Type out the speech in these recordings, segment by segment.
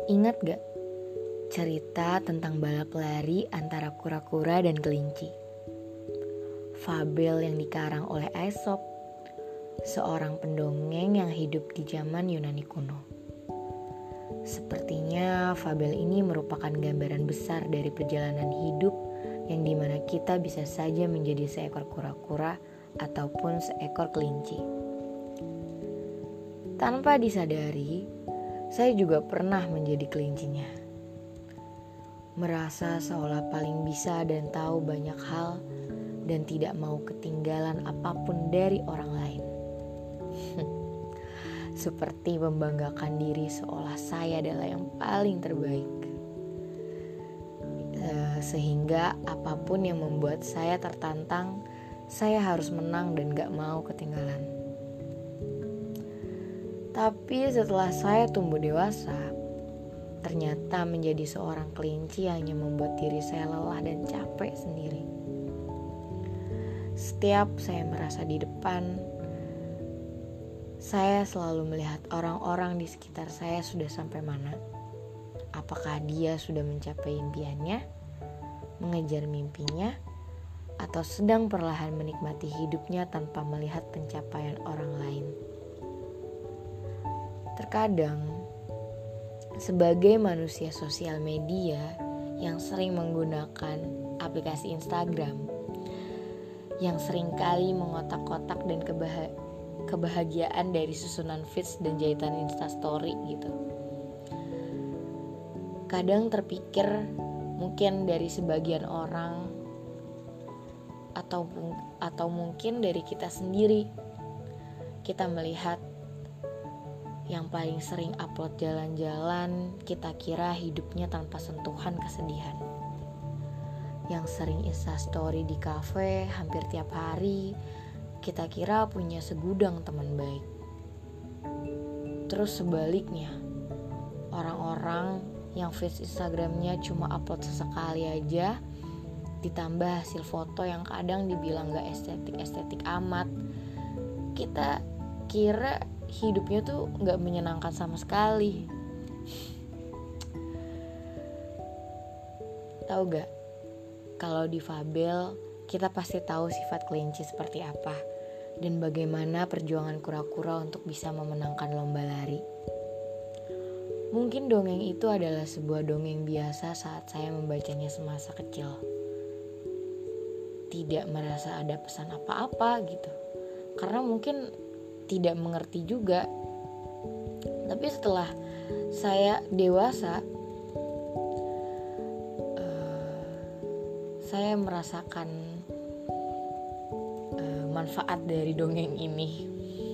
Ingat gak cerita tentang balap lari antara kura-kura dan kelinci? Fabel yang dikarang oleh Aesop, seorang pendongeng yang hidup di zaman Yunani kuno. Sepertinya fabel ini merupakan gambaran besar dari perjalanan hidup yang dimana kita bisa saja menjadi seekor kura-kura ataupun seekor kelinci. Tanpa disadari, saya juga pernah menjadi kelincinya. Merasa seolah paling bisa dan tahu banyak hal dan tidak mau ketinggalan apapun dari orang lain. Seperti membanggakan diri seolah saya adalah yang paling terbaik. Sehingga apapun yang membuat saya tertantang, saya harus menang dan gak mau ketinggalan. Tapi setelah saya tumbuh dewasa, ternyata menjadi seorang kelinci hanya membuat diri saya lelah dan capek sendiri. Setiap saya merasa di depan, saya selalu melihat orang-orang di sekitar saya sudah sampai mana. Apakah dia sudah mencapai impiannya, mengejar mimpinya, atau sedang perlahan menikmati hidupnya tanpa melihat pencapaian orang lain. Terkadang, sebagai manusia sosial media yang sering menggunakan aplikasi Instagram, yang seringkali mengotak-kotak dan kebahagiaan dari susunan feeds dan jahitan instastory gitu. Kadang terpikir mungkin dari sebagian orang atau mungkin dari kita sendiri, kita melihat yang paling sering upload jalan-jalan, kita kira hidupnya tanpa sentuhan kesedihan. Yang sering instastory di kafe hampir tiap hari, kita kira punya segudang teman baik. Terus sebaliknya, orang-orang yang feed Instagramnya cuma upload sesekali aja, ditambah hasil foto yang kadang dibilang gak estetik-estetik amat, kita kira hidupnya tuh gak menyenangkan sama sekali. Tahu gak? Kalau di fabel, kita pasti tahu sifat kelinci seperti apa dan bagaimana perjuangan kura-kura untuk bisa memenangkan lomba lari. Mungkin dongeng itu adalah sebuah dongeng biasa saat saya membacanya semasa kecil. Tidak merasa ada pesan apa-apa gitu. Karena mungkin tidak mengerti juga. Tapi setelah saya dewasa, saya merasakan manfaat dari dongeng ini.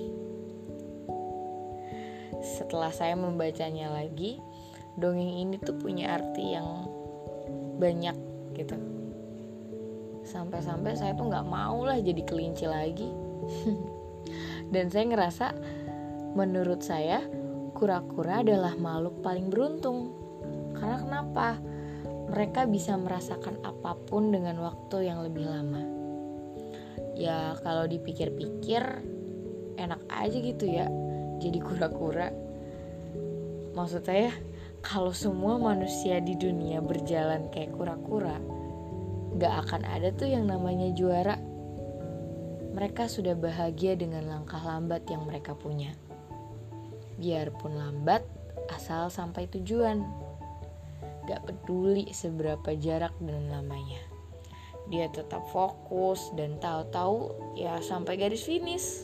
Setelah saya membacanya lagi, dongeng ini tuh punya arti yang banyak gitu. Sampai-sampai saya tuh gak mau lah jadi kelinci lagi. Dan saya ngerasa, menurut saya, kura-kura adalah makhluk paling beruntung. Karena kenapa? Mereka bisa merasakan apapun dengan waktu yang lebih lama. Ya kalau dipikir-pikir, enak aja gitu ya jadi kura-kura. Maksud saya, kalau semua manusia di dunia berjalan kayak kura-kura, gak akan ada tuh yang namanya juara. Mereka sudah bahagia dengan langkah lambat yang mereka punya. Biarpun lambat, asal sampai tujuan. Gak peduli seberapa jarak dan lamanya. Dia tetap fokus dan tahu-tahu ya sampai garis finish.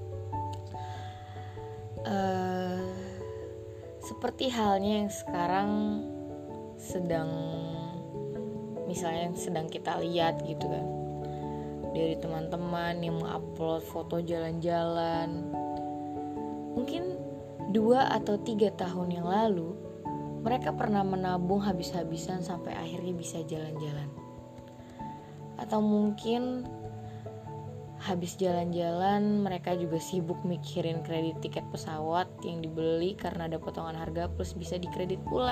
Seperti halnya yang sekarang sedang kita lihat gitu kan. Dari teman-teman yang mengupload foto jalan-jalan. Mungkin 2 atau 3 tahun yang lalu, mereka pernah menabung habis-habisan sampai akhirnya bisa jalan-jalan. Atau mungkin habis jalan-jalan, mereka juga sibuk mikirin kredit tiket pesawat yang dibeli karena ada potongan harga plus bisa dikredit pula.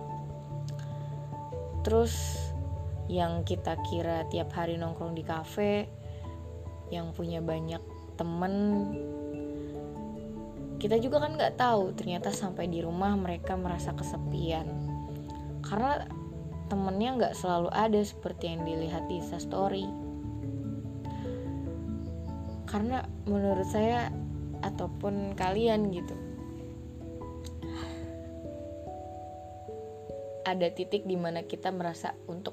Terus yang kita kira tiap hari nongkrong di kafe, yang punya banyak temen, kita juga kan nggak tahu ternyata sampai di rumah mereka merasa kesepian karena temennya nggak selalu ada seperti yang dilihat di Instastory. Karena menurut saya ataupun kalian gitu, ada titik dimana kita merasa untuk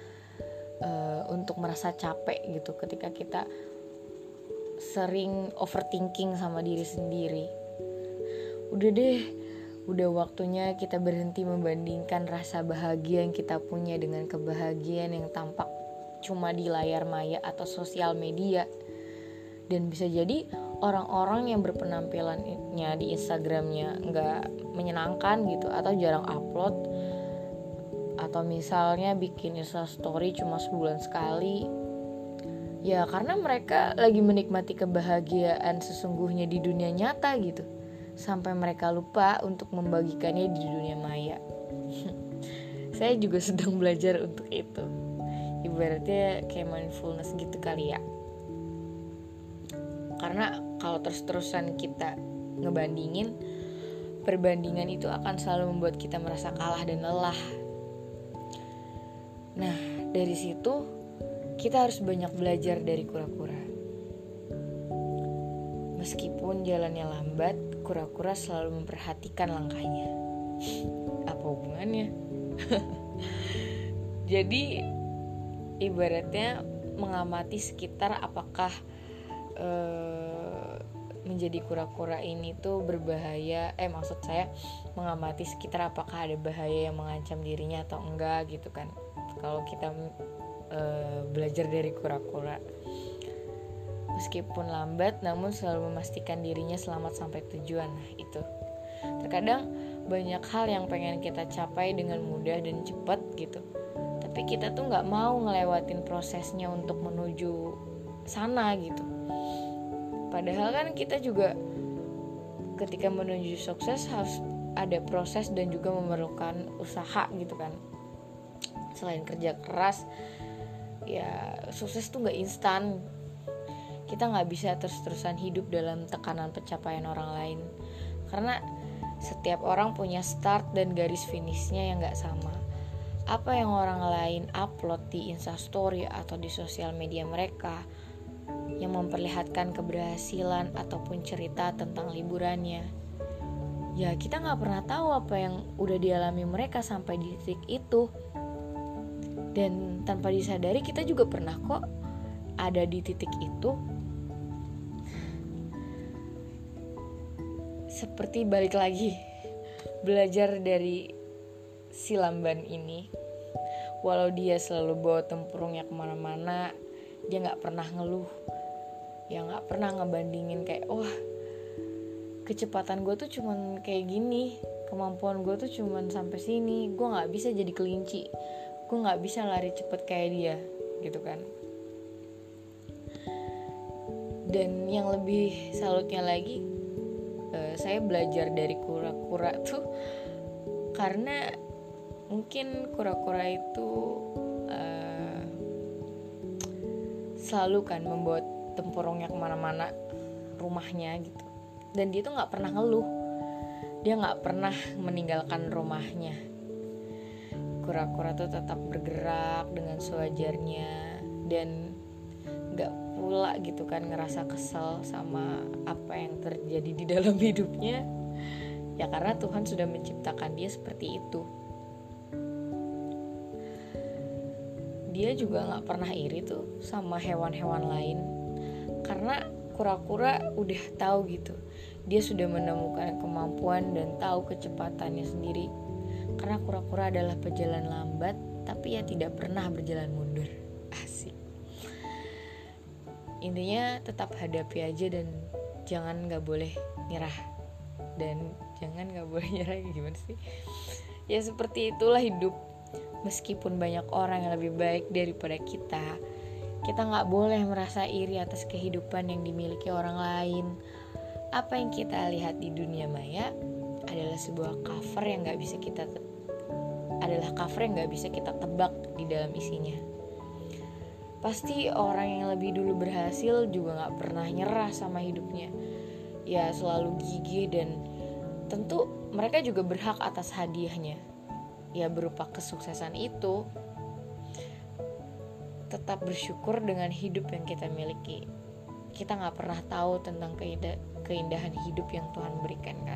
merasa capek gitu ketika kita sering overthinking sama diri sendiri. Udah deh, udah waktunya kita berhenti membandingkan rasa bahagia yang kita punya dengan kebahagiaan yang tampak cuma di layar maya atau sosial media. Dan bisa jadi orang-orang yang berpenampilannya di Instagramnya nggak menyenangkan gitu, atau jarang upload, atau misalnya bikin Instastory cuma sebulan sekali, ya karena mereka lagi menikmati kebahagiaan sesungguhnya di dunia nyata gitu, sampai mereka lupa untuk membagikannya di dunia maya. Saya juga sedang belajar untuk itu. Ibaratnya kayak mindfulness gitu kali ya. Karena kalau terus-terusan kita ngebandingin, perbandingan itu akan selalu membuat kita merasa kalah dan lelah. Nah, dari situ kita harus banyak belajar dari kura-kura. Meskipun jalannya lambat, kura-kura selalu memperhatikan langkahnya. Apa hubungannya? Jadi ibaratnya mengamati sekitar, apakah menjadi kura-kura ini tuh berbahaya. Maksud saya mengamati sekitar, apakah ada bahaya yang mengancam dirinya atau enggak gitu kan. Kalau kita belajar dari kura-kura, meskipun lambat namun selalu memastikan dirinya selamat sampai tujuan. Nah itu, terkadang banyak hal yang pengen kita capai dengan mudah dan cepat gitu, tapi kita tuh nggak mau ngelewatin prosesnya untuk menuju sana gitu. Padahal kan kita juga ketika menuju sukses harus ada proses dan juga memerlukan usaha gitu kan. Selain kerja keras, ya sukses tuh gak instan. Kita gak bisa terus-terusan hidup dalam tekanan pencapaian orang lain, karena setiap orang punya start dan garis finishnya yang gak sama. Apa yang orang lain upload di Instastory atau di sosial media mereka yang memperlihatkan keberhasilan ataupun cerita tentang liburannya, ya kita gak pernah tahu apa yang udah dialami mereka sampai di titik itu. Dan tanpa disadari kita juga pernah kok ada di titik itu. Seperti balik lagi belajar dari si lamban ini. Walau dia selalu bawa tempurungnya kemana-mana, dia gak pernah ngeluh, ya gak pernah ngebandingin kayak wah kecepatan gue tuh cuman kayak gini, kemampuan gue tuh cuman sampai sini, gue gak bisa jadi kelinci, gue gak bisa lari cepet kayak dia gitu kan. Dan yang lebih salutnya lagi, saya belajar dari kura-kura tuh karena mungkin kura-kura itu selalu kan membawa tempurungnya kemana-mana rumahnya gitu, dan dia tuh gak pernah ngeluh, dia gak pernah meninggalkan rumahnya. Kura-kura tuh tetap bergerak dengan sewajarnya dan gak pula gitu kan ngerasa kesel sama apa yang terjadi di dalam hidupnya, ya karena Tuhan sudah menciptakan dia seperti itu. Dia juga gak pernah iri tuh sama hewan-hewan lain, karena kura-kura udah tahu gitu, dia sudah menemukan kemampuan dan tahu kecepatannya sendiri. Karena kura-kura adalah pejalan lambat, tapi ya tidak pernah berjalan mundur. Asik. Intinya tetap hadapi aja dan jangan gak boleh nyerah. Dan jangan gak boleh nyerah, gimana sih? Ya seperti itulah hidup. Meskipun banyak orang yang lebih baik daripada kita, kita gak boleh merasa iri atas kehidupan yang dimiliki orang lain. Apa yang kita lihat di dunia maya adalah sebuah cover yang gak bisa kita tebak di dalam isinya. Pasti orang yang lebih dulu berhasil juga gak pernah nyerah sama hidupnya. ya selalu gigih, dan tentu mereka juga berhak atas hadiahnya, ya berupa kesuksesan itu. Tetap bersyukur dengan hidup yang kita miliki. Kita gak pernah tahu tentang keindahan hidup yang Tuhan berikan kan.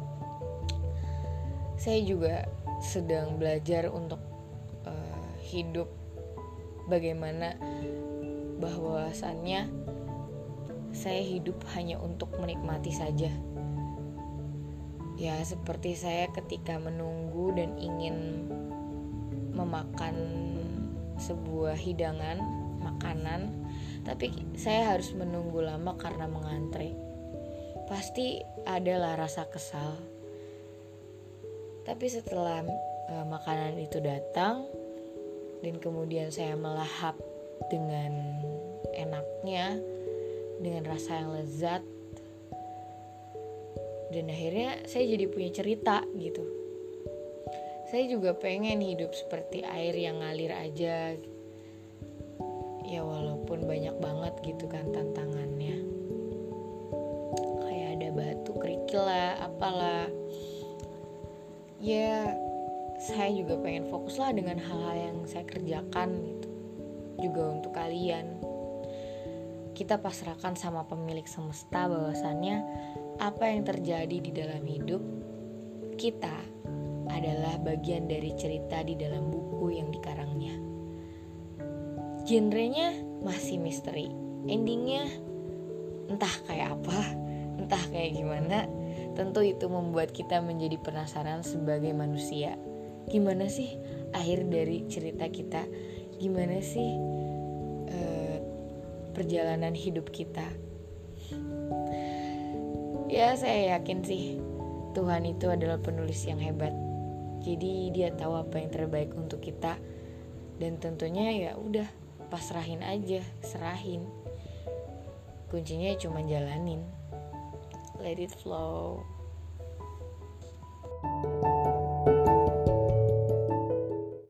Saya juga sedang belajar untuk hidup bagaimana bahwasannya saya hidup hanya untuk menikmati saja. Ya seperti saya ketika menunggu dan ingin memakan sebuah hidangan makanan, tapi saya harus menunggu lama karena mengantre. Pasti adalah rasa kesal. Tapi setelah makanan itu datang dan kemudian saya melahap dengan enaknya, dengan rasa yang lezat, dan akhirnya saya jadi punya cerita gitu. Saya juga pengen hidup seperti air yang ngalir aja. Ya walaupun banyak banget gitu kan tantangannya. Kayak ada batu kerikil lah, apalah. Ya saya juga pengen fokus lah dengan hal-hal yang saya kerjakan gitu. Juga untuk kalian. Kita pasrahkan sama pemilik semesta bahwasannya apa yang terjadi di dalam hidup kita adalah bagian dari cerita di dalam buku yang dikarangnya. Genrenya masih misteri, endingnya entah kayak apa, entah kayak gimana. Tentu itu membuat kita menjadi penasaran sebagai manusia. Gimana sih akhir dari cerita kita? Gimana sih perjalanan hidup kita? Ya saya yakin sih Tuhan itu adalah penulis yang hebat. Jadi dia tahu apa yang terbaik untuk kita. Dan tentunya ya udah, pasrahin aja, serahin. Kuncinya cuma jalanin. Let it flow.